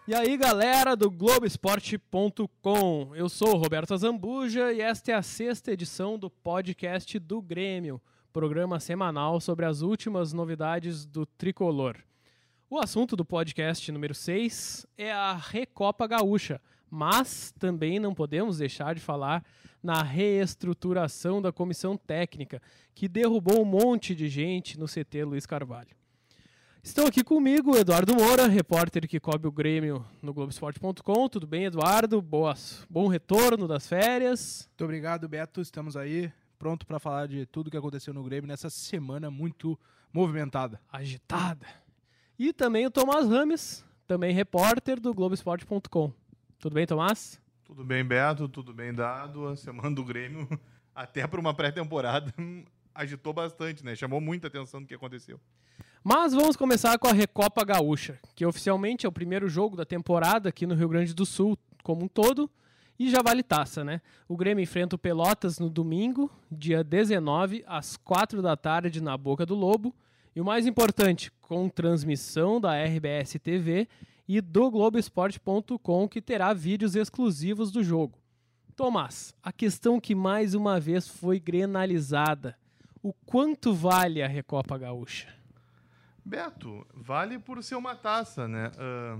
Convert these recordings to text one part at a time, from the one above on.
E aí, galera do Globoesporte.com, eu sou o Roberto Azambuja e esta é a 6ª edição do podcast do Grêmio, programa semanal sobre as últimas novidades do Tricolor. O assunto do podcast número 6 é a Recopa Gaúcha, mas também não podemos deixar de falar na reestruturação da comissão técnica, que derrubou um monte de gente no CT Luiz Carvalho. Estão aqui comigo Eduardo Moura, repórter que cobre o Grêmio no Globoesporte.com. Tudo bem, Eduardo? Bom retorno das férias. Muito obrigado, Beto. Estamos aí, pronto para falar de tudo que aconteceu no Grêmio nessa semana muito movimentada. Agitada. E também o Tomás Rames, também repórter do Globoesporte.com. Tudo bem, Tomás? Tudo bem, Beto. Tudo bem dado. A semana do Grêmio, até para uma pré-temporada, agitou bastante, né? Chamou muita atenção do que aconteceu. Mas vamos começar com a Recopa Gaúcha, que oficialmente é o primeiro jogo da temporada aqui no Rio Grande do Sul como um todo, e já vale taça, né? O Grêmio enfrenta o Pelotas no domingo, dia 19, às 4 da tarde, na Boca do Lobo, e o mais importante, com transmissão da RBS TV e do Globoesporte.com, que terá vídeos exclusivos do jogo. Tomás, a questão que mais uma vez foi grenalizada, o quanto vale a Recopa Gaúcha? Beto, vale por ser uma taça, né?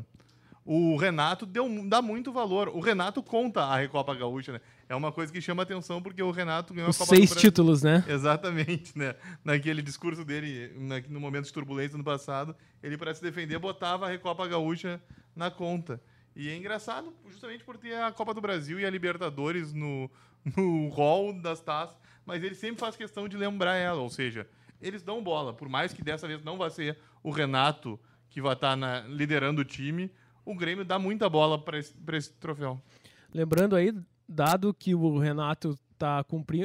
O Renato dá muito valor. O Renato conta a Recopa Gaúcha, né? É uma coisa que chama atenção porque o Renato ganhou a Copa do Brasil. 6 títulos, né? Exatamente, né? Naquele discurso dele, no momento de turbulência no passado, ele, para se defender, botava a Recopa Gaúcha na conta. E é engraçado justamente por ter a Copa do Brasil e a Libertadores no rol das taças, mas ele sempre faz questão de lembrar ela, ou seja, eles dão bola, por mais que dessa vez não vai ser o Renato que vai estar liderando o time, o Grêmio dá muita bola para esse troféu. Lembrando aí, dado que o Renato está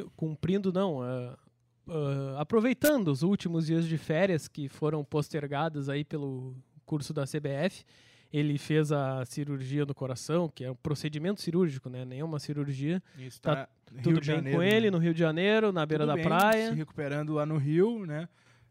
aproveitando os últimos dias de férias que foram postergados aí pelo curso da CBF, ele fez a cirurgia no coração, que é um procedimento cirúrgico, né? Nenhuma cirurgia. Isso, tá tudo bem com ele, no Rio de Janeiro, na beira da praia. Se recuperando lá no Rio, né?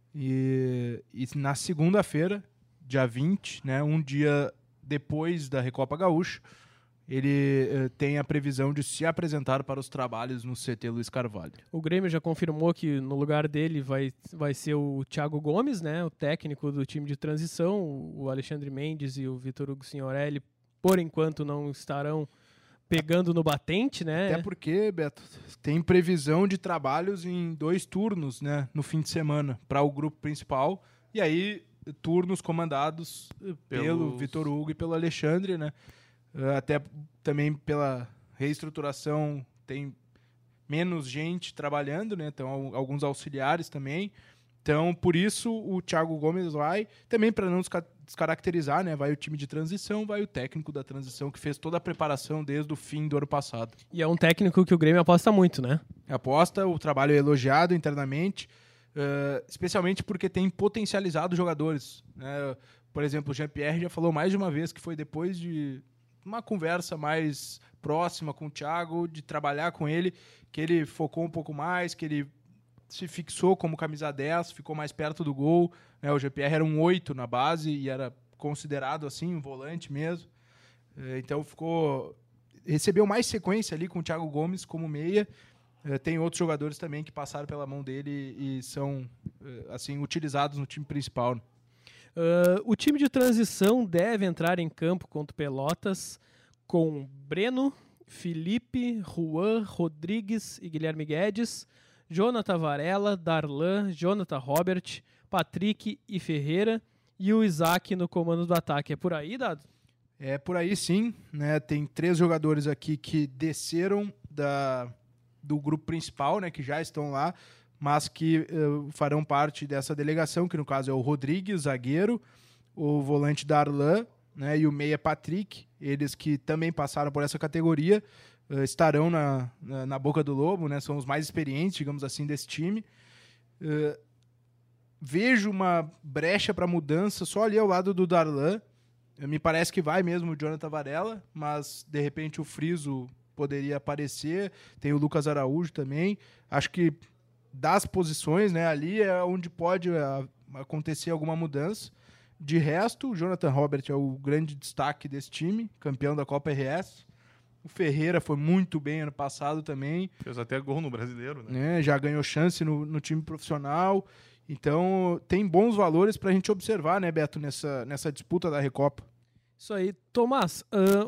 E na segunda-feira, dia 20, né? Um dia depois da Recopa Gaúcha, ele tem a previsão de se apresentar para os trabalhos no CT Luiz Carvalho. O Grêmio já confirmou que no lugar dele vai ser o Thiago Gomes, né, o técnico do time de transição. O Alexandre Mendes e o Vitor Hugo Signorelli, por enquanto, não estarão pegando no batente, né? Até porque, Beto, tem previsão de trabalhos em 2 turnos, né, no fim de semana, para o grupo principal. E aí, turnos comandados pelo Vitor Hugo e pelo Alexandre, né? Até também pela reestruturação tem menos gente trabalhando, né? Então alguns auxiliares também. Então por isso o Thiago Gomes vai, também para não descaracterizar, né? Vai o time de transição, vai o técnico da transição que fez toda a preparação desde o fim do ano passado. E é um técnico que o Grêmio aposta muito, né? Aposta, o trabalho é elogiado internamente, especialmente porque tem potencializado jogadores, né? Por exemplo, o Jean-Pierre já falou mais de uma vez que foi depois de uma conversa mais próxima com o Thiago, de trabalhar com ele, que ele focou um pouco mais, que ele se fixou como camisa 10, ficou mais perto do gol, né? O GPR era um 8 na base e era considerado assim, um volante mesmo. Então recebeu mais sequência ali com o Thiago Gomes como meia. Tem outros jogadores também que passaram pela mão dele e são assim, utilizados no time principal, né? O time de transição deve entrar em campo contra o Pelotas com Breno, Felipe, Juan, Rodrigues e Guilherme Guedes, Jonathan Varela, Darlan, Jonathan Robert, Patrick e Ferreira e o Isaac no comando do ataque. É por aí, Dado? É por aí sim, né? Tem 3 jogadores aqui que desceram do grupo principal, né? Que já estão lá, mas que farão parte dessa delegação, que no caso é o Rodrigues, zagueiro, o volante Darlan, né, e o meia Patrick, eles que também passaram por essa categoria, estarão na Boca do Lobo, né, são os mais experientes, digamos assim, desse time. Vejo uma brecha para mudança só ali ao lado do Darlan. Me parece que vai mesmo o Jonathan Varela, mas de repente o Friso poderia aparecer. Tem o Lucas Araújo também. Acho que das posições, né, ali é onde pode acontecer alguma mudança. De resto, o Jonathan Robert é o grande destaque desse time, campeão da Copa RS. O Ferreira foi muito bem ano passado também. Fez até gol no Brasileiro, né? Já ganhou chance no time profissional. Então, tem bons valores para a gente observar, né, Beto, nessa disputa da Recopa. Isso aí. Tomás,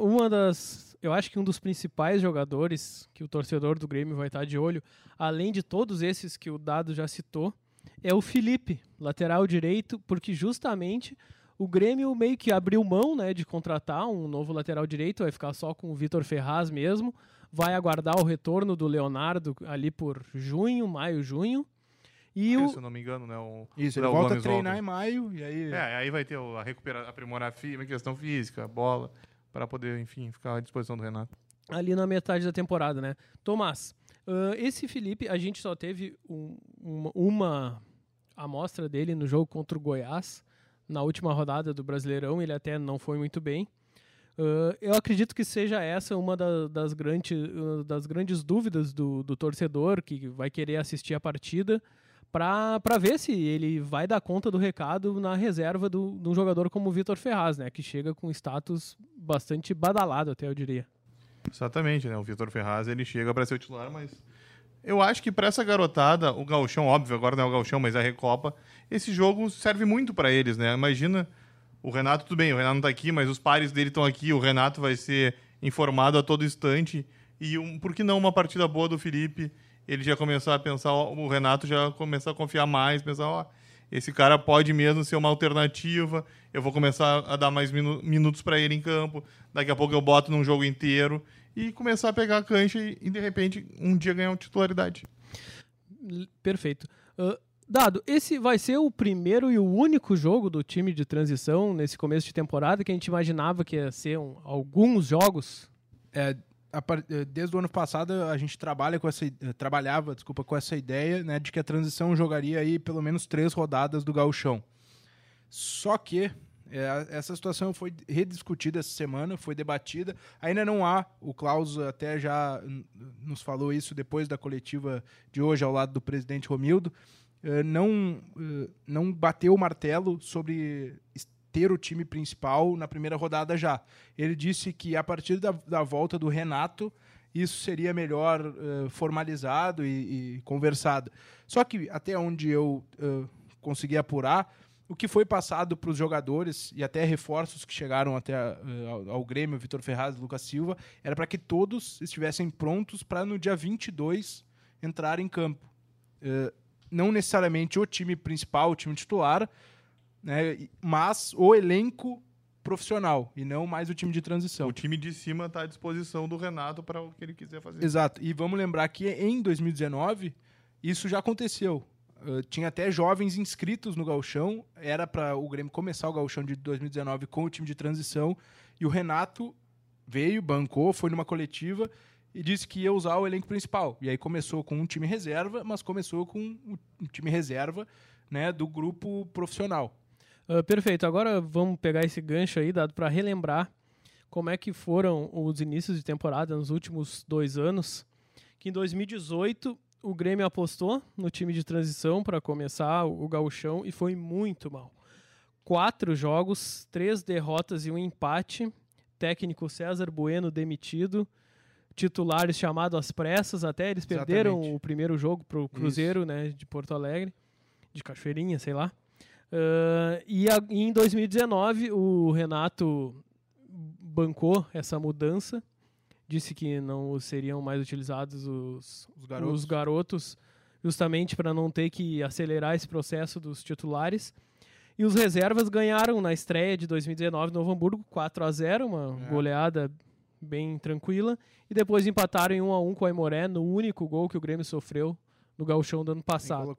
eu acho que um dos principais jogadores que o torcedor do Grêmio vai estar de olho, além de todos esses que o Dado já citou, é o Felipe, lateral direito, porque justamente o Grêmio meio que abriu mão, né, de contratar um novo lateral direito, vai ficar só com o Vitor Ferraz mesmo, vai aguardar o retorno do Leonardo ali por maio, junho. E se eu não me engano, né? Isso, ele volta a treinar em maio e aí... aí vai ter aprimorar a questão física, a bola, para poder, enfim, ficar à disposição do Renato. Ali na metade da temporada, né? Tomás, esse Felipe, a gente só teve uma amostra dele no jogo contra o Goiás, na última rodada do Brasileirão, ele até não foi muito bem. Eu acredito que seja essa uma das grandes dúvidas do torcedor que vai querer assistir a partida, para ver se ele vai dar conta do recado na reserva de um jogador como o Vitor Ferraz, né, que chega com status bastante badalado, até eu diria. Exatamente, né? O Vitor Ferraz, ele chega para ser o titular, mas eu acho que para essa garotada, o gauchão, óbvio, agora não é o gauchão, mas é a Recopa, esse jogo serve muito para eles, né? Imagina, o Renato, tudo bem, o Renato não tá aqui, mas os pares dele estão aqui, o Renato vai ser informado a todo instante, e por que não uma partida boa do Felipe? Ele já começar a pensar, o Renato já começar a confiar mais, pensar, esse cara pode mesmo ser uma alternativa, eu vou começar a dar mais minutos para ele em campo, daqui a pouco eu boto num jogo inteiro, e começar a pegar a cancha e de repente, um dia ganhar uma titularidade. Perfeito. Dado, esse vai ser o primeiro e o único jogo do time de transição nesse começo de temporada, que a gente imaginava que ia ser alguns jogos? Desde o ano passado a gente trabalhava com essa ideia, né, de que a transição jogaria aí pelo menos 3 rodadas do Gauchão. Só que essa situação foi rediscutida essa semana, foi debatida. Ainda não há, o Klaus até já nos falou isso depois da coletiva de hoje ao lado do presidente Romildo, não bateu o martelo sobre ter o time principal na primeira rodada já. Ele disse que a partir da volta do Renato, isso seria melhor formalizado e conversado. Só que até onde eu consegui apurar, o que foi passado para os jogadores e até reforços que chegaram até ao Grêmio, Vitor Ferraz e Lucas Silva, era para que todos estivessem prontos para no dia 22 entrar em campo. Não necessariamente o time principal, o time titular, né, mas o elenco profissional e não mais o time de transição. O time de cima está à disposição do Renato para o que ele quiser fazer. Exato. E vamos lembrar que em 2019 isso já aconteceu. Tinha até jovens inscritos no Gauchão. Era para o Grêmio começar o Gauchão de 2019 com o time de transição. E o Renato veio, bancou, foi numa coletiva e disse que ia usar o elenco principal. E aí começou com um time reserva, mas começou com um time reserva, né, do grupo profissional. Perfeito. Agora vamos pegar esse gancho aí, Dado, para relembrar como é que foram os inícios de temporada nos últimos 2 anos. Que em 2018 o Grêmio apostou no time de transição para começar o Gauchão e foi muito mal. 4 jogos, 3 derrotas e um empate. Técnico César Bueno demitido. Titulares chamados às pressas, até eles perderam o primeiro jogo para o Cruzeiro, né, de Porto Alegre, de Cachoeirinha, sei lá. E em 2019 o Renato bancou essa mudança, disse que não seriam mais utilizados os garotos justamente para não ter que acelerar esse processo dos titulares. E os reservas ganharam na estreia de 2019 no Novo Hamburgo 4-0, uma goleada bem tranquila, e depois empataram em 1-1 com o Aimoré no único gol que o Grêmio sofreu no Gauchão do ano passado.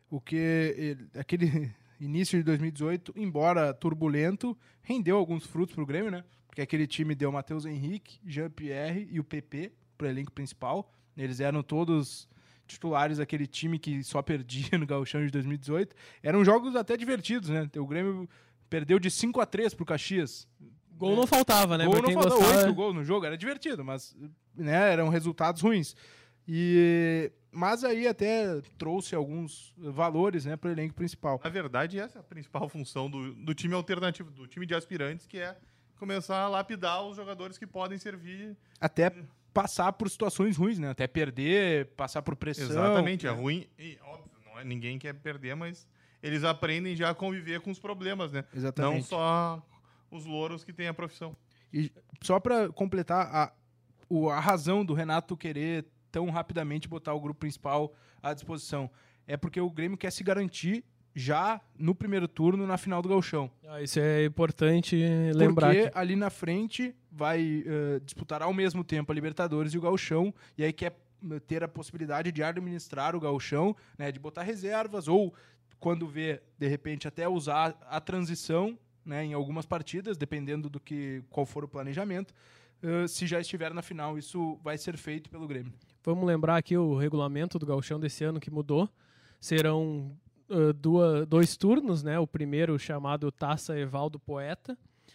Aquele início de 2018, embora turbulento, rendeu alguns frutos para o Grêmio, né? Porque aquele time deu Matheus Henrique, Jean-Pierre e o PP para o elenco principal. Eles eram todos titulares daquele time que só perdia no Gauchão de 2018. Eram jogos até divertidos, né? O Grêmio perdeu de 5-3 pro Caxias. Gol não faltava, né? Gol não faltava, 8 gols no jogo, era divertido, mas, né, eram resultados ruins. Mas aí até trouxe alguns valores, né, para o elenco principal. Na verdade, essa é a principal função do time alternativo, do time de aspirantes, que é começar a lapidar os jogadores que podem servir. Até passar por situações ruins, né? Até perder, passar por pressão. Exatamente, é ruim. E, óbvio, ninguém quer perder, mas eles aprendem já a conviver com os problemas, né? Exatamente. Não só os louros que têm a profissão. E só para completar, a razão do Renato querer tão rapidamente botar o grupo principal à disposição é porque o Grêmio quer se garantir já no primeiro turno, na final do Gauchão. Isso é importante lembrar. Porque ali na frente vai disputar ao mesmo tempo a Libertadores e o Gauchão, e aí quer ter a possibilidade de administrar o Gauchão, né, de botar reservas, ou quando vê, de repente, até usar a transição, né, em algumas partidas, dependendo qual for o planejamento, se já estiver na final. Isso vai ser feito pelo Grêmio. Vamos lembrar aqui o regulamento do Gauchão desse ano que mudou. Serão 2 turnos, né? O primeiro chamado Taça Evaldo Poeta.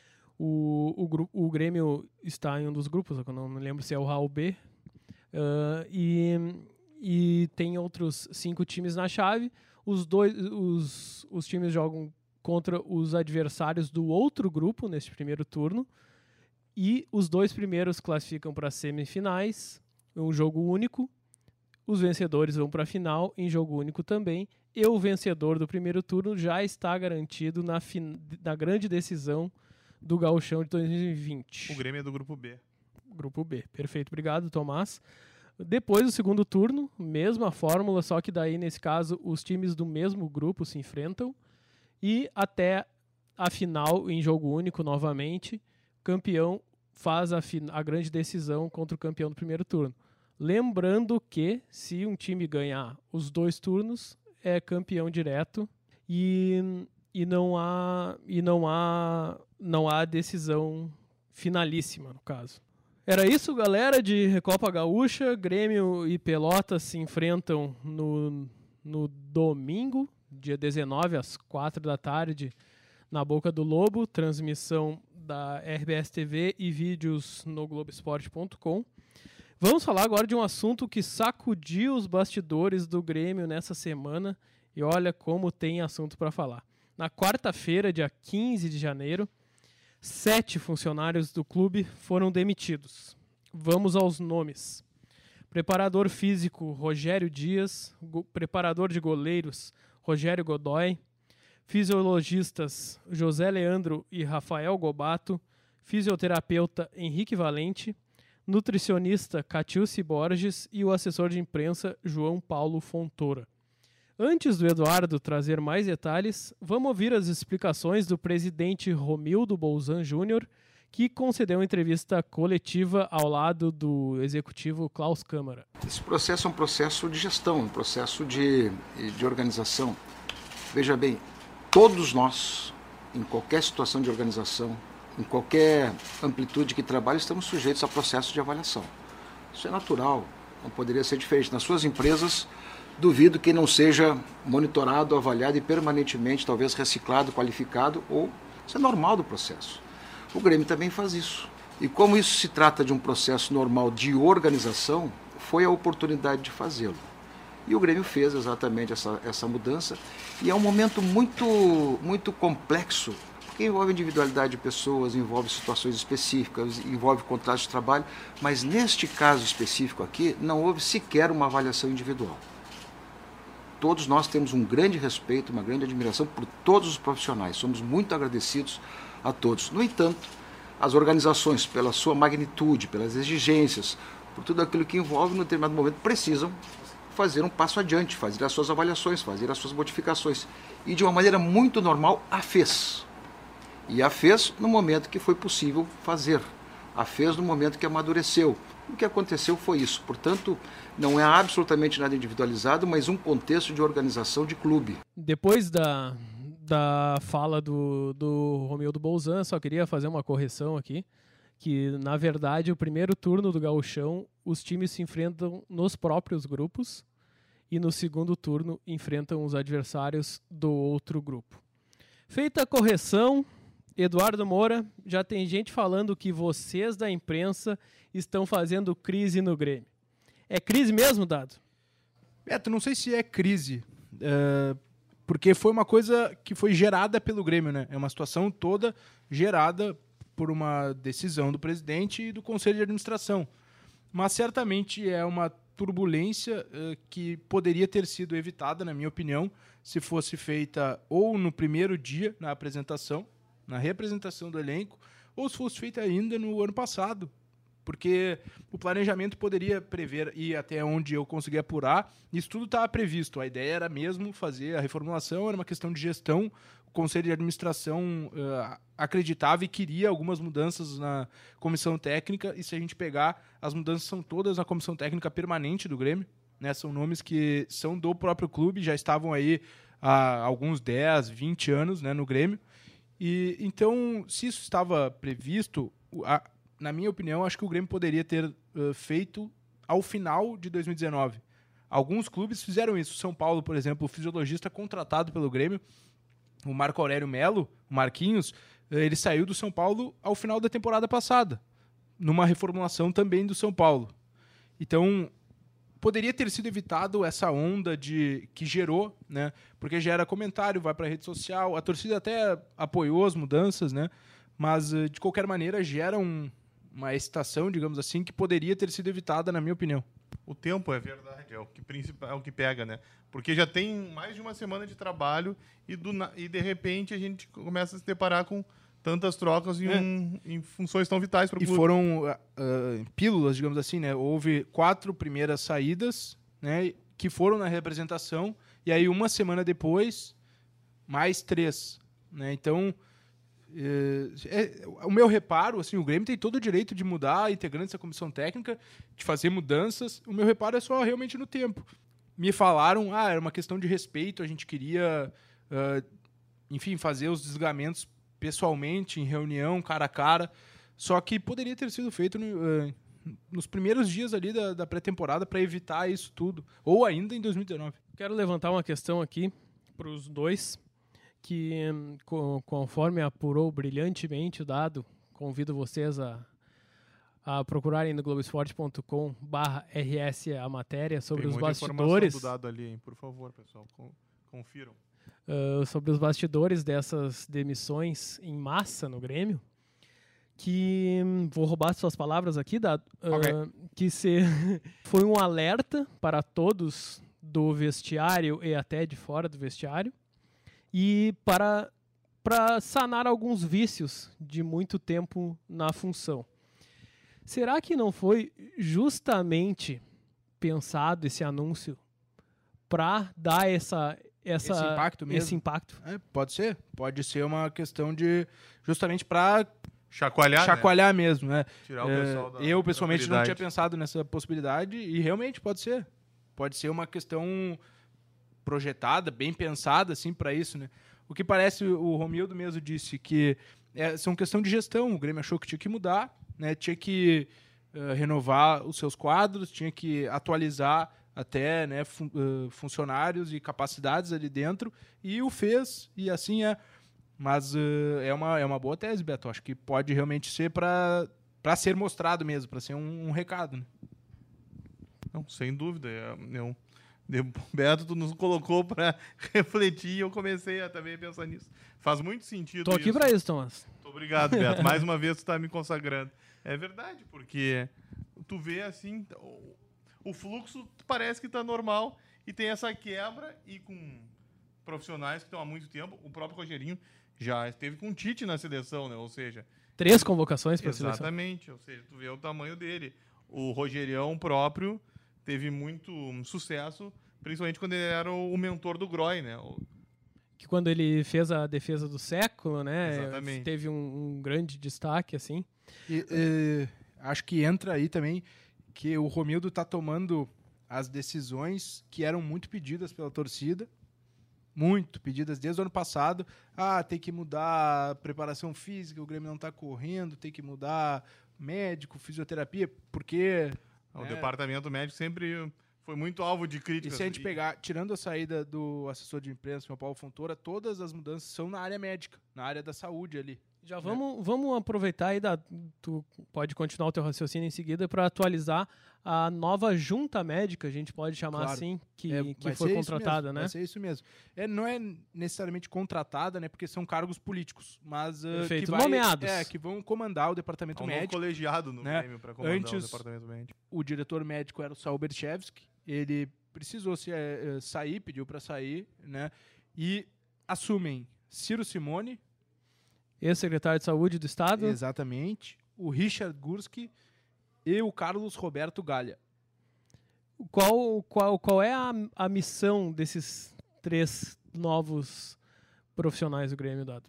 O Grêmio está em um dos grupos, eu não me lembro se é o Raul B. E tem outros 5 times na chave. Os times jogam contra os adversários do outro grupo nesse primeiro turno. E os 2 primeiros classificam para as semifinais, um jogo único. Os vencedores vão para a final, em jogo único também. E o vencedor do primeiro turno já está garantido na grande decisão do Gauchão de 2020. O Grêmio é do Grupo B. Grupo B, perfeito. Obrigado, Tomás. Depois do segundo turno, mesma fórmula, só que daí, nesse caso, os times do mesmo grupo se enfrentam. E até a final, em jogo único novamente, campeão faz a grande decisão contra o campeão do primeiro turno. Lembrando que, se um time ganhar os 2 turnos, é campeão direto e não há decisão finalíssima, no caso. Era isso, galera, de Recopa Gaúcha. Grêmio e Pelotas se enfrentam no domingo, dia 19, às 4 da tarde, na Boca do Lobo. Transmissão da RBS TV e vídeos no Globoesporte.com. Vamos falar agora de um assunto que sacudiu os bastidores do Grêmio nessa semana, e olha como tem assunto para falar. Na quarta-feira, dia 15 de janeiro, 7 funcionários do clube foram demitidos. Vamos aos nomes. Preparador físico Rogério Dias, preparador de goleiros Rogério Godoy, fisiologistas José Leandro e Rafael Gobato, fisioterapeuta Henrique Valente, nutricionista Catiúci Borges e o assessor de imprensa João Paulo Fontoura. Antes do Eduardo trazer mais detalhes, vamos ouvir as explicações do presidente Romildo Bolzan Júnior, que concedeu uma entrevista coletiva ao lado do executivo Klaus Câmara. Esse processo é um processo de gestão, um processo de organização. Veja bem, todos nós, em qualquer situação de organização, em qualquer amplitude que trabalhe, estamos sujeitos a processo de avaliação. Isso é natural, não poderia ser diferente. Nas suas empresas, duvido que não seja monitorado, avaliado e permanentemente, talvez reciclado, qualificado, ou isso é normal do processo. O Grêmio também faz isso. E como isso se trata de um processo normal de organização, foi a oportunidade de fazê-lo. E o Grêmio fez exatamente essa mudança, e é um momento muito complexo, porque envolve individualidade de pessoas, envolve situações específicas, envolve contratos de trabalho, mas neste caso específico aqui, não houve sequer uma avaliação individual. Todos nós temos um grande respeito, uma grande admiração por todos os profissionais, somos muito agradecidos a todos. No entanto, as organizações, pela sua magnitude, pelas exigências, por tudo aquilo que envolve, no determinado momento, precisam fazer um passo adiante, fazer as suas avaliações, fazer as suas modificações. E de uma maneira muito normal, a fez. E a fez no momento que foi possível fazer. A fez no momento que amadureceu. O que aconteceu foi isso. Portanto, não é absolutamente nada individualizado, mas um contexto de organização de clube. Depois da fala do Romildo Bolzan, só queria fazer uma correção aqui, que na verdade o primeiro turno do Gauchão, os times se enfrentam nos próprios grupos e no segundo turno enfrentam os adversários do outro grupo. Feita a correção, Eduardo Moura, já tem gente falando que vocês da imprensa estão fazendo crise no Grêmio. É crise mesmo, Dado? Beto, não sei se é crise, porque foi uma coisa que foi gerada pelo Grêmio, né? É uma situação toda gerada por uma decisão do presidente e do Conselho de Administração. Mas certamente é uma turbulência que poderia ter sido evitada, na minha opinião, se fosse feita ou no primeiro dia, na apresentação, na representação do elenco, ou se fosse feita ainda no ano passado. Porque o planejamento poderia prever, e até onde eu consegui apurar, isso tudo estava previsto. A ideia era mesmo fazer a reformulação, era uma questão de gestão. O Conselho de Administração acreditava e queria algumas mudanças na comissão técnica, e se a gente pegar, as mudanças são todas na comissão técnica permanente do Grêmio, né? São nomes que são do próprio clube, já estavam aí há alguns 10, 20 anos, né, no Grêmio. E então, se isso estava previsto, na minha opinião, acho que o Grêmio poderia ter feito ao final de 2019. Alguns clubes fizeram isso. São Paulo, por exemplo, o fisiologista contratado pelo Grêmio, o Marco Aurélio Melo, o Marquinhos, ele saiu do São Paulo ao final da temporada passada, numa reformulação também do São Paulo. Então, poderia ter sido evitado essa onda que gerou, né? Porque gera comentário, vai para a rede social, a torcida até apoiou as mudanças, né? Mas, de qualquer maneira, gera uma excitação, digamos assim, que poderia ter sido evitada, na minha opinião. O tempo, é verdade, é o que principal, é o que pega, né? Porque já tem mais de uma semana de trabalho e de repente a gente começa a se deparar com tantas trocas em funções tão vitais para o clube. E foram pílulas, digamos assim, né? Houve 4 primeiras saídas, né, que foram na representação, e aí uma semana depois, mais 3. Né? Então, o meu reparo, assim, o Grêmio tem todo o direito de mudar integrantes da comissão técnica, de fazer mudanças. O meu reparo é só realmente no tempo. Me falaram, era uma questão de respeito, a gente queria, enfim, fazer os desligamentos pessoalmente, em reunião, cara a cara, só que poderia ter sido feito nos primeiros dias ali da pré-temporada para evitar isso tudo, ou ainda em 2019. Quero levantar uma questão aqui para os dois, que conforme apurou brilhantemente o Dado, convido vocês a procurarem no Globoesporte.com/RS a matéria sobre os bastidores. Do Dado ali, hein? Por favor, pessoal, confiram. Sobre os bastidores dessas demissões em massa no Grêmio, que vou roubar suas palavras aqui, Dado, que foi um alerta para todos do vestiário e até de fora do vestiário, e para sanar alguns vícios de muito tempo na função. Será que não foi justamente pensado esse anúncio para dar esse impacto mesmo? Esse impacto? Pode ser uma questão de justamente para chacoalhar, né? Mesmo, né? Tirar o pessoal eu pessoalmente não tinha pensado nessa possibilidade e realmente pode ser uma questão projetada, bem pensada assim para isso, né? O que parece, o Romildo mesmo disse que são questão de gestão. O Grêmio achou que tinha que mudar, né? Tinha que renovar os seus quadros, tinha que atualizar até, né, funcionários e capacidades ali dentro, e o fez, e assim é. Mas é uma boa tese, Beto. Acho que pode realmente ser para ser mostrado mesmo, para ser um recado, né? Não, sem dúvida. Beto, tu nos colocou para refletir e eu comecei a também pensar nisso. Faz muito sentido. Tô aqui para isso, Tomás. Muito obrigado, Beto. Mais uma vez tu está me consagrando. É verdade, porque tu vê assim, o fluxo parece que está normal e tem essa quebra, e com profissionais que estão há muito tempo. O próprio Rogerinho já esteve com o Tite na seleção, né? Ou seja, 3 convocações para a seleção. Exatamente, ou seja, tu vê o tamanho dele. O Rogerião próprio teve muito sucesso, principalmente quando ele era o mentor do Groy, né? Que quando ele fez a defesa do século, né? Exatamente. Teve um grande destaque, assim. E acho que entra aí também que o Romildo está tomando as decisões que eram muito pedidas pela torcida, muito pedidas desde o ano passado. Tem que mudar a preparação física, o Grêmio não está correndo, tem que mudar médico, fisioterapia, porque o departamento médico sempre foi muito alvo de críticas. E se a gente pegar, tirando a saída do assessor de imprensa, o Paulo Fontoura, todas as mudanças são na área médica, na área da saúde ali. Já vamos aproveitar aí, tu pode continuar o teu raciocínio em seguida para atualizar a nova junta médica, a gente pode chamar assim, que foi contratada, né? Vai ser isso mesmo. Não é necessariamente contratada, né? Porque são cargos políticos, mas nomeados. Que vão comandar o departamento médico. Um colegiado no Grêmio para comandar o departamento médico. O diretor médico era o Saul Berchevsky, ele precisou sair, pediu para sair, né? E assumem Ciro Simone, ex-secretário de Saúde do Estado. Exatamente. O Richard Gursky e o Carlos Roberto Galha. Qual é a missão desses 3 novos profissionais do Grêmio, Dado?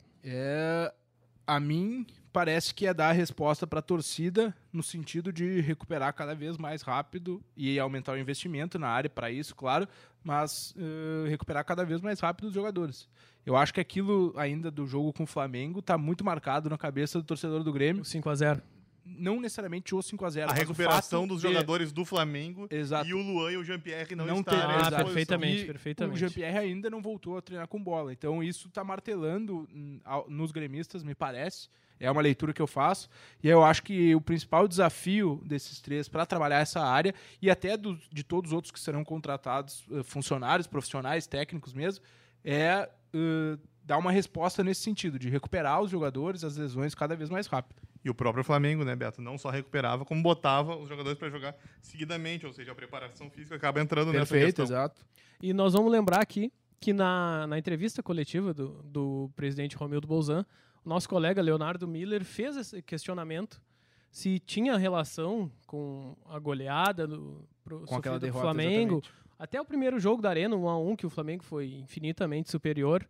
A mim parece que é dar a resposta para a torcida no sentido de recuperar cada vez mais rápido e aumentar o investimento na área para isso, claro, mas recuperar cada vez mais rápido os jogadores. Eu acho que aquilo ainda do jogo com o Flamengo está muito marcado na cabeça do torcedor do Grêmio. O 5-0. Não necessariamente o 5-0. A recuperação dos jogadores do Flamengo. Exato. E o Luan e o Jean-Pierre não estarem. estarem. Perfeitamente. O Jean-Pierre ainda não voltou a treinar com bola. Então isso está martelando nos gremistas, me parece. É uma leitura que eu faço. E eu acho que o principal desafio desses 3 para trabalhar essa área, e até de todos os outros que serão contratados, funcionários, profissionais, técnicos mesmo, é dar uma resposta nesse sentido, de recuperar os jogadores, as lesões cada vez mais rápido. E o próprio Flamengo, né, Beto? Não só recuperava, como botava os jogadores para jogar seguidamente, ou seja, a preparação física acaba entrando nessa questão. Exato. E nós vamos lembrar aqui que na entrevista coletiva do presidente Romildo Bolzan, o nosso colega Leonardo Miller fez esse questionamento se tinha relação com a goleada com aquela derrota do Flamengo. Exatamente. Até o primeiro jogo da Arena, 1-1, que o Flamengo foi infinitamente superior,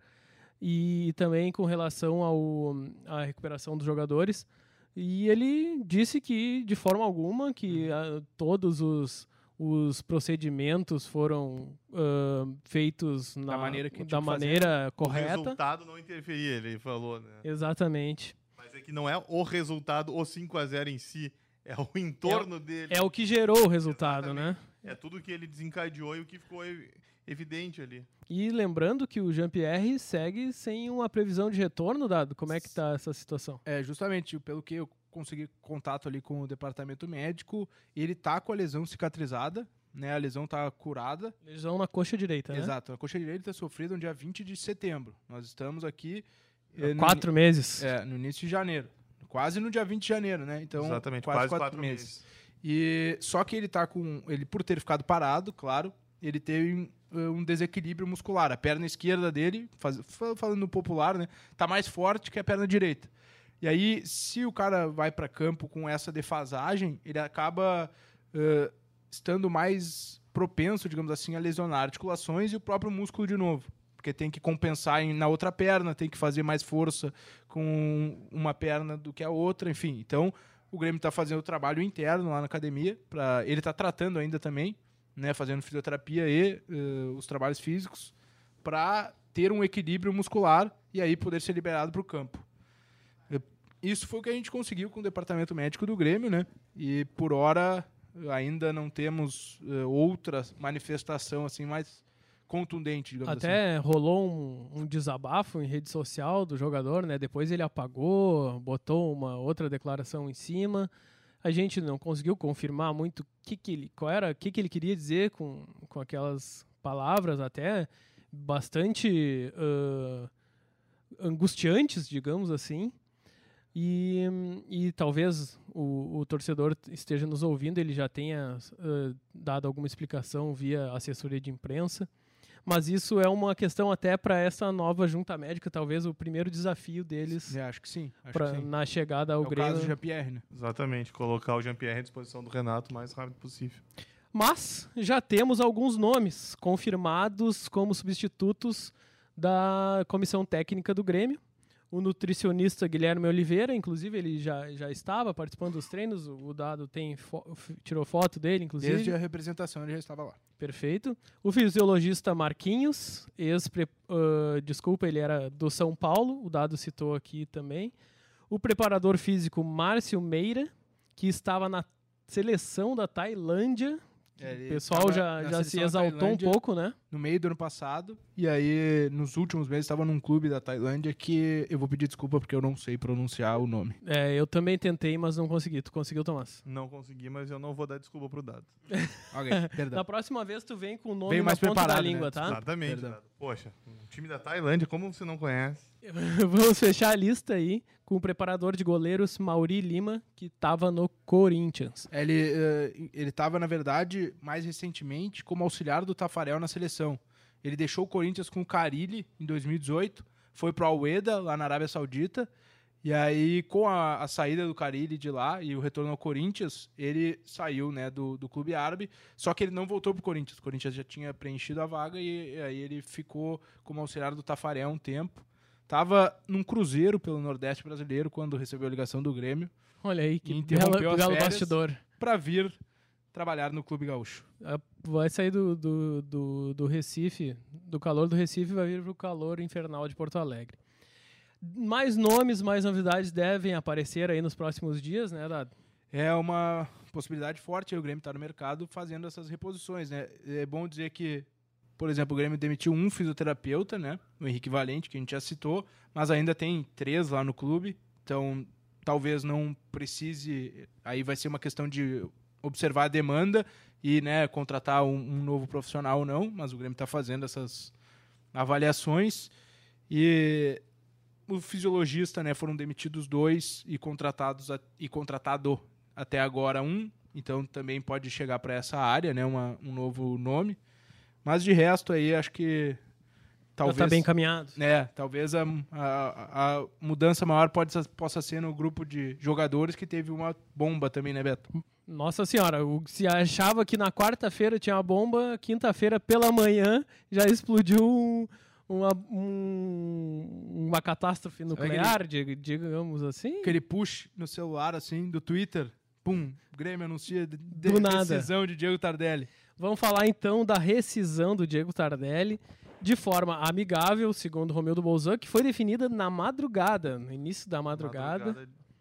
e também com relação à recuperação dos jogadores. E ele disse que, de forma alguma, que todos os procedimentos foram feitos da maneira correta. O resultado não interferia, ele falou, né? Exatamente. Mas é que não é o resultado, o 5-0 em si, é o entorno dele. É o que gerou o resultado, Exatamente. Né? É tudo que ele desencadeou e o que ficou evidente ali. E lembrando que o Jean-Pierre segue sem uma previsão de retorno, Dado. Como é que está essa situação? Justamente, pelo que eu consegui contato ali com o departamento médico, ele tá com a lesão cicatrizada, né? A lesão tá curada. Lesão na coxa direita, né? Exato, a coxa direita sofrida no dia 20 de setembro. Nós estamos aqui... 4 meses. No início de janeiro. Quase no dia 20 de janeiro, né? Então, exatamente, quase 4 meses. E só que ele tá com... Ele, por ter ficado parado, claro, ele teve um desequilíbrio muscular. A perna esquerda dele, falando no popular, né? Tá mais forte que a perna direita. E aí, se o cara vai para campo com essa defasagem, ele acaba estando mais propenso, digamos assim, a lesionar articulações e o próprio músculo de novo. Porque tem que compensar na outra perna, tem que fazer mais força com uma perna do que a outra, enfim. Então, o Grêmio está fazendo o trabalho interno lá na academia. Ele está tratando ainda também, né, fazendo fisioterapia e os trabalhos físicos, para ter um equilíbrio muscular e aí poder ser liberado para o campo. Isso foi o que a gente conseguiu com o departamento médico do Grêmio, né? E por hora ainda não temos outra manifestação assim mais contundente, digamos assim. Até rolou um desabafo em rede social do jogador, né? Depois ele apagou, botou uma outra declaração em cima. A gente não conseguiu confirmar muito o que ele queria dizer com aquelas palavras, até bastante angustiantes, digamos assim. E talvez o torcedor esteja nos ouvindo, ele já tenha dado alguma explicação via assessoria de imprensa, mas isso é uma questão até para essa nova junta médica, talvez o primeiro desafio deles. Acho que sim. Na chegada ao Grêmio. É o caso do Jean-Pierre, né? Exatamente, colocar o Jean-Pierre à disposição do Renato o mais rápido possível. Mas já temos alguns nomes confirmados como substitutos da comissão técnica do Grêmio. O nutricionista Guilherme Oliveira, inclusive, ele já estava participando dos treinos. O Dado tirou foto dele, inclusive. Desde a representação ele já estava lá. Perfeito. O fisiologista Marquinhos, ele era do São Paulo, o Dado citou aqui também. O preparador físico Márcio Meira, que estava na seleção da Tailândia. O pessoal já se exaltou um pouco, né? no meio do ano passado, e aí nos últimos meses estava num clube da Tailândia que eu vou pedir desculpa porque eu não sei pronunciar o nome. Eu também tentei, mas não consegui. Tu conseguiu, Tomás? Não consegui, mas eu não vou dar desculpa pro Dado. Ok, perdão. Na próxima vez tu vem com o nome Vem na mais ponta da preparado, língua, né? tá? Exatamente, Perdão. Dado. Poxa, o time da Tailândia, como você não conhece? Vamos fechar a lista aí com o preparador de goleiros Mauri Lima, que estava no Corinthians. Ele estava, na verdade, mais recentemente como auxiliar do Tafarel na seleção. Ele deixou o Corinthians com o Carille em 2018, foi para o Al-Weda, lá na Arábia Saudita, e aí com a saída do Carille de lá e o retorno ao Corinthians, ele saiu, né, do clube árabe, só que ele não voltou para o Corinthians. O Corinthians já tinha preenchido a vaga e aí ele ficou como auxiliar do Tafarel um tempo. Tava num cruzeiro pelo Nordeste brasileiro quando recebeu a ligação do Grêmio Olha aí, que interrompeu as belo férias bastidor. para vir trabalhar no Clube Gaúcho. Vai sair do Recife, do calor do Recife, vai vir pro calor infernal de Porto Alegre. Mais nomes, mais novidades devem aparecer aí nos próximos dias, né, Dado? É uma possibilidade forte aí o Grêmio estar no mercado fazendo essas reposições, né? É bom dizer que, por exemplo, o Grêmio demitiu um fisioterapeuta, né? O Henrique Valente, que a gente já citou, mas ainda tem 3 lá no clube, então talvez não precise, aí vai ser uma questão de observar a demanda e, né, contratar um novo profissional ou não, mas o Grêmio está fazendo essas avaliações. E o fisiologista, né, foram demitidos 2 e contratado até agora 1, então também pode chegar para essa área, né, um novo nome. Mas de resto aí acho que talvez Já tá bem encaminhado. Talvez a mudança maior possa ser no grupo de jogadores, que teve uma bomba também, né, Beto? Nossa senhora, se achava que na quarta-feira tinha uma bomba, quinta-feira pela manhã já explodiu uma catástrofe nuclear, digamos assim. Aquele push no celular, assim, do Twitter, pum, Grêmio anuncia Do nada. decisão de Diego Tardelli. Vamos falar então da rescisão do Diego Tardelli de forma amigável, segundo Romildo Bolzan, que foi definida na madrugada, no início da madrugada.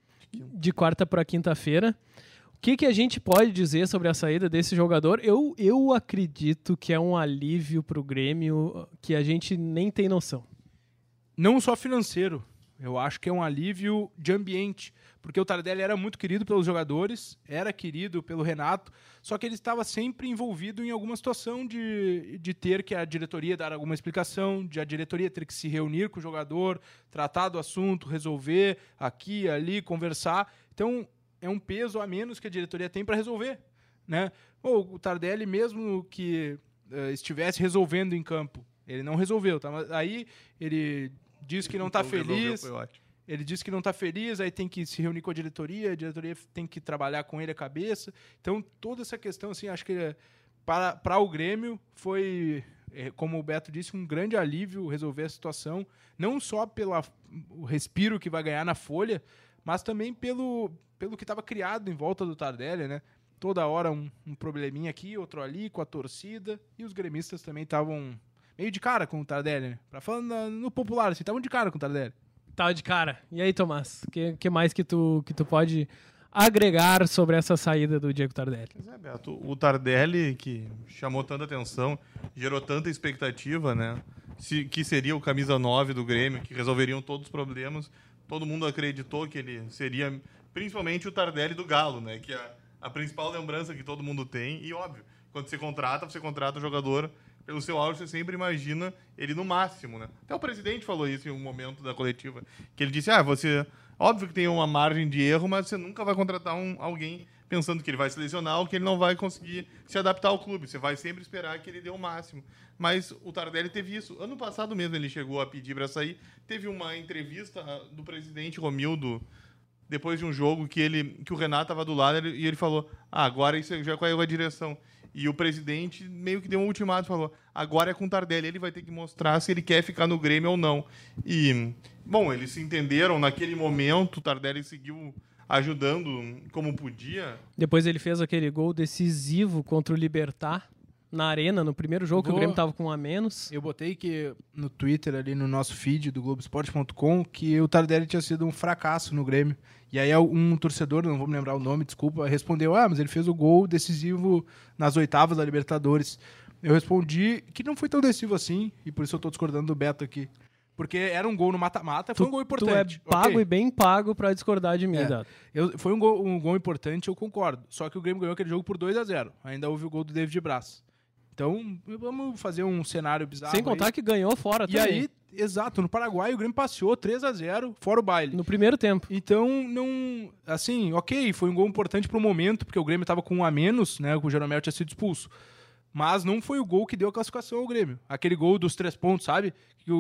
De quarta para quinta-feira. O que a gente pode dizer sobre a saída desse jogador? Eu acredito que é um alívio para o Grêmio que a gente nem tem noção. Não só financeiro, eu acho que é um alívio de ambiente, porque o Tardelli era muito querido pelos jogadores, era querido pelo Renato, só que ele estava sempre envolvido em alguma situação de ter que a diretoria dar alguma explicação, de a diretoria ter que se reunir com o jogador, tratar do assunto, resolver aqui, ali, conversar. Então, é um peso a menos que a diretoria tem para resolver, né? O Tardelli, mesmo que estivesse resolvendo em campo, ele não resolveu, tá? Mas aí ele diz que não está feliz. Ele diz que não está feliz, aí tem que se reunir com a diretoria tem que trabalhar com ele a cabeça. Então, toda essa questão, assim, acho que para o Grêmio foi, como o Beto disse, um grande alívio resolver a situação, não só pelo respiro que vai ganhar na folha, mas também pelo que estava criado em volta do Tardelli, né? Toda hora um probleminha aqui, outro ali, com a torcida, e os gremistas também estavam meio de cara com o Tardelli, né? Falando no popular, assim, estavam de cara com o Tardelli. Tava de cara. E aí, Tomás, que mais que tu pode agregar sobre essa saída do Diego Tardelli? Pois é, Beto, o Tardelli, que chamou tanta atenção, gerou tanta expectativa, né? Que seria o camisa 9 do Grêmio, que resolveriam todos os problemas. Todo mundo acreditou que ele seria, principalmente o Tardelli do Galo, né? Que é a principal lembrança que todo mundo tem. E, óbvio, quando você contrata o jogador pelo seu áudio, você sempre imagina ele no máximo, né? Até o presidente falou isso em um momento da coletiva, que ele disse, você... Óbvio que tem uma margem de erro, mas você nunca vai contratar alguém pensando que ele vai se lesionar ou que ele não vai conseguir se adaptar ao clube. Você vai sempre esperar que ele dê o máximo. Mas o Tardelli teve isso. Ano passado mesmo ele chegou a pedir para sair. Teve uma entrevista do presidente Romildo, depois de um jogo que o Renato estava do lado, e ele falou, agora isso já caiu a direção. E o presidente meio que deu um ultimato, falou, agora é com o Tardelli, ele vai ter que mostrar se ele quer ficar no Grêmio ou não. E, bom, eles se entenderam naquele momento, o Tardelli seguiu ajudando como podia. Depois ele fez aquele gol decisivo contra o Libertad na Arena, no primeiro jogo, que o Grêmio estava com 1 a menos. Eu botei que no Twitter, ali no nosso feed do Globoesporte.com, que o Tardelli tinha sido um fracasso no Grêmio. E aí um torcedor, não vou me lembrar o nome, desculpa, respondeu, mas ele fez o gol decisivo nas oitavas da Libertadores. Eu respondi que não foi tão decisivo assim, e por isso eu tô discordando do Beto aqui. Porque era um gol no mata-mata, foi um gol importante. Tu é pago Ok. e bem pago pra discordar de mim, É. Dato. Foi um gol importante, eu concordo. Só que o Grêmio ganhou aquele jogo por 2-0. Ainda houve o gol do David Braz. Então, vamos fazer um cenário bizarro. Sem contar aí. que ganhou fora E também. aí, exato, no Paraguai o Grêmio passeou 3-0, fora o baile. No primeiro tempo. Então, não. Assim, ok, foi um gol importante pro momento, porque o Grêmio tava com um a menos, né? O Jeromel tinha sido expulso. Mas não foi o gol que deu a classificação ao Grêmio. Aquele gol dos 3 pontos, sabe?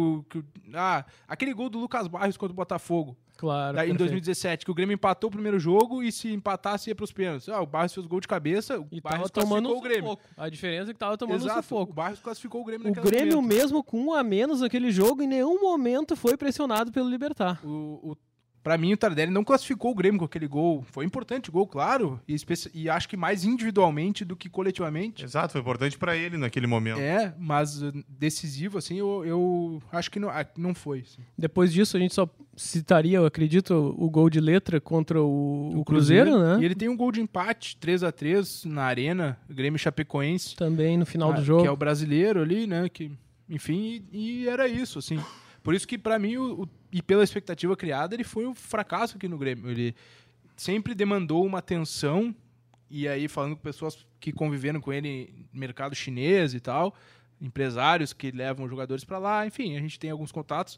Aquele gol do Lucas Barros contra o Botafogo. Claro. Em perfeito. 2017, que o Grêmio empatou o primeiro jogo e se empatasse ia pros pênaltis. O Barros fez gol de cabeça, o E tava Barros tomando classificou um o Grêmio. sufoco. A diferença é que tava tomando um Exato, o sufoco. Barros classificou o Grêmio O naquele Grêmio, momento. mesmo com um a menos naquele jogo, em nenhum momento foi pressionado pelo Libertad. Pra mim, o Tardelli não classificou o Grêmio com aquele gol. Foi importante o gol, claro, e acho que mais individualmente do que coletivamente. Exato, foi importante pra ele naquele momento. Mas decisivo, assim, eu acho que não foi. Assim. Depois disso, a gente só citaria, eu acredito, o gol de letra contra o Cruzeiro, né? E ele tem um gol de empate, 3-3 na Arena, Grêmio Chapecoense. Também no final do jogo. Que é o brasileiro ali, né? Enfim, e era isso, assim. Por isso que, pra mim, e pela expectativa criada, ele foi um fracasso aqui no Grêmio. Ele sempre demandou uma atenção, e aí falando com pessoas que conviveram com ele no mercado chinês e tal, empresários que levam jogadores pra lá, enfim, a gente tem alguns contatos,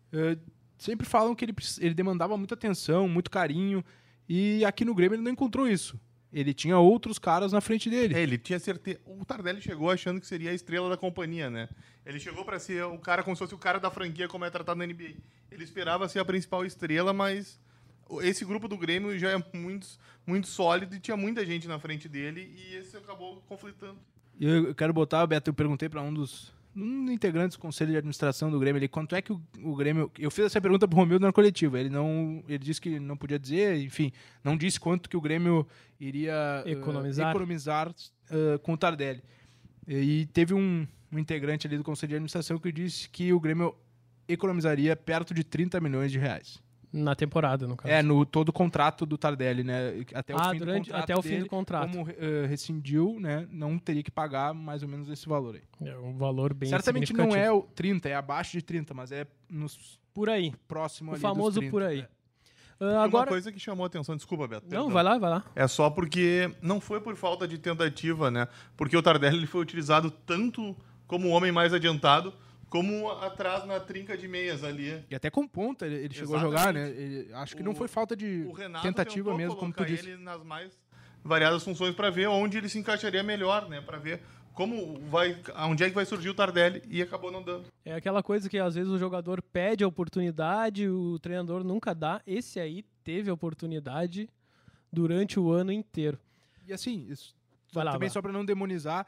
sempre falam que ele demandava muita atenção, muito carinho, e aqui no Grêmio ele não encontrou isso. Ele tinha outros caras na frente dele. Ele tinha certeza. O Tardelli chegou achando que seria a estrela da companhia, né? Ele chegou pra ser o cara como se fosse o cara da franquia, como é tratado na NBA. Ele esperava ser a principal estrela, mas esse grupo do Grêmio já é muito sólido e tinha muita gente na frente dele e esse acabou conflitando. Eu quero botar, Beto, eu perguntei para um integrante do conselho de administração do Grêmio ali, quanto é que o Grêmio... Eu fiz essa pergunta pro Romildo na coletiva, ele disse que não podia dizer, enfim, não disse quanto que o Grêmio iria economizar com o Tardelli. E teve um integrante ali do conselho de administração que disse que o Grêmio economizaria perto de 30 milhões de reais. Na temporada, no caso. No todo o contrato do Tardelli, né? Até o fim do contrato. Fim do contrato. Como rescindiu, né? Não teria que pagar mais ou menos esse valor aí. É um valor bem Certamente não é o 30, é abaixo de 30, mas é por aí. Próximo o ali famoso dos 30. por aí. Agora... Uma coisa que chamou a atenção, desculpa, Beto. Não, vai lá. É só porque não foi por falta de tentativa, né? Porque o Tardelli ele foi utilizado tanto como um homem mais adiantado, como atrás na trinca de meias ali. E até com ponta ele chegou a jogar, né? Acho que não foi falta de tentativa mesmo, como tu disse. Ele nas mais variadas funções para ver onde ele se encaixaria melhor, né? Para ver onde é que vai surgir o Tardelli, e acabou não dando. É aquela coisa que às vezes o jogador pede a oportunidade, o treinador nunca dá. Esse aí teve a oportunidade durante o ano inteiro. E assim, isso também só para não demonizar,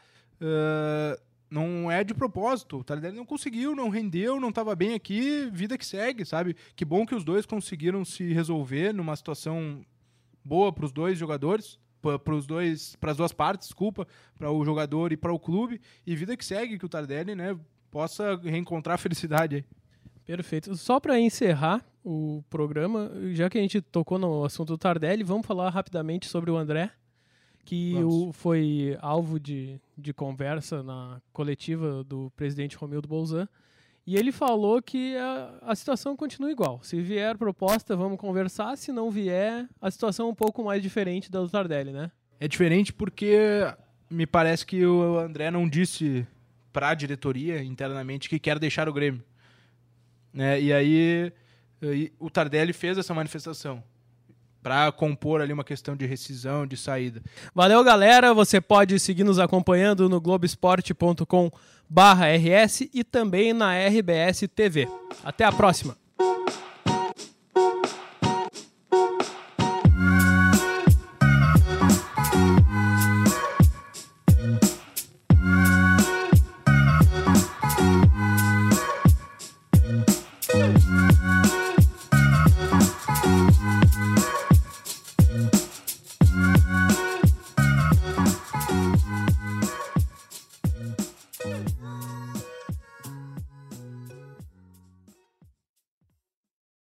não é de propósito. O Tardelli não conseguiu, não rendeu, não estava bem aqui, vida que segue, sabe? Que bom que os dois conseguiram se resolver numa situação boa para os dois jogadores, para as duas partes, desculpa, para o jogador e para o clube, e vida que segue, que o Tardelli, né, possa reencontrar a felicidade aí. Perfeito. Só para encerrar o programa, já que a gente tocou no assunto do Tardelli, vamos falar rapidamente sobre o André, que foi alvo de conversa na coletiva do presidente Romildo Bolzan, e ele falou que a situação continua igual. Se vier proposta, vamos conversar. Se não vier, a situação é um pouco mais diferente da do Tardelli, né? É diferente porque me parece que o André não disse para a diretoria internamente que quer deixar o Grêmio. Né? E aí o Tardelli fez essa manifestação para compor ali uma questão de rescisão, de saída. Valeu, galera. Você pode seguir nos acompanhando no Globoesporte.com/RS e também na RBS TV. Até a próxima!